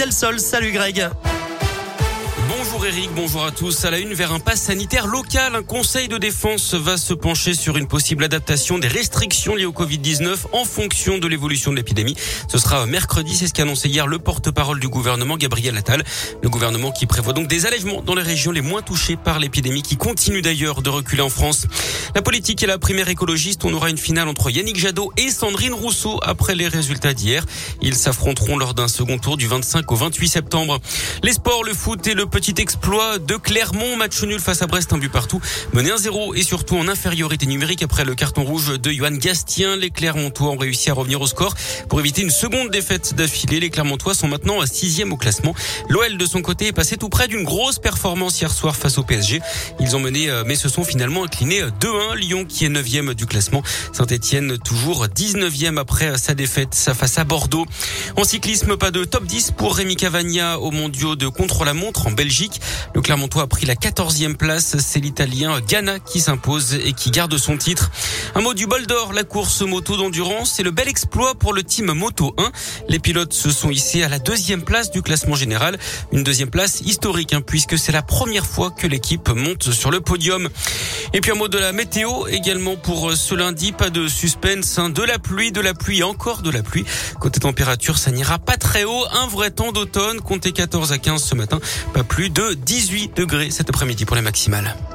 Delsol. Salut Greg. Bonjour Eric, bonjour à tous. À la une, vers un pass sanitaire local, un conseil de défense va se pencher sur une possible adaptation des restrictions liées au Covid-19 en fonction de l'évolution de l'épidémie. Ce sera mercredi, c'est ce qu'a annoncé hier le porte-parole du gouvernement, Gabriel Attal. Le gouvernement qui prévoit donc des allègements dans les régions les moins touchées par l'épidémie, qui continue d'ailleurs de reculer en France. La politique et la primaire écologiste, on aura une finale entre Yannick Jadot et Sandrine Rousseau après les résultats d'hier. Ils s'affronteront lors d'un second tour du 25 au 28 septembre. Les sports, le foot et le petit exploit de Clermont, match nul face à Brest, un but partout, mené 1-0 et surtout en infériorité numérique après le carton rouge de Yoann Gastien. Les Clermontois ont réussi à revenir au score pour éviter une seconde défaite d'affilée. Les Clermontois sont maintenant à 6e au classement. L'OL de son côté est passé tout près d'une grosse performance hier soir face au PSG. Ils ont mené mais se sont finalement inclinés 2-1. Lyon qui est 9e du classement. Saint-Etienne toujours 19e après sa défaite face à Bordeaux. En cyclisme, pas de top 10 pour Rémi Cavagna aux mondiaux de contre-la-montre en Belgique. Le Clermontois a pris la 14e place. C'est l'Italien Ganna qui s'impose et qui garde son titre. Un mot du bol d'or, la course moto d'endurance. C'est le bel exploit pour le team Moto 1. Les pilotes se sont hissés à la 2e place du classement général. Une 2e place historique, puisque c'est la première fois que l'équipe monte sur le podium. Et puis un mot de la météo également pour ce lundi. Pas de suspense, de la pluie et encore de la pluie. Côté température, ça n'ira pas très haut. Un vrai temps d'automne. Comptez 14 à 15 ce matin. Pas plus de 18 degrés cet après-midi pour les maximales.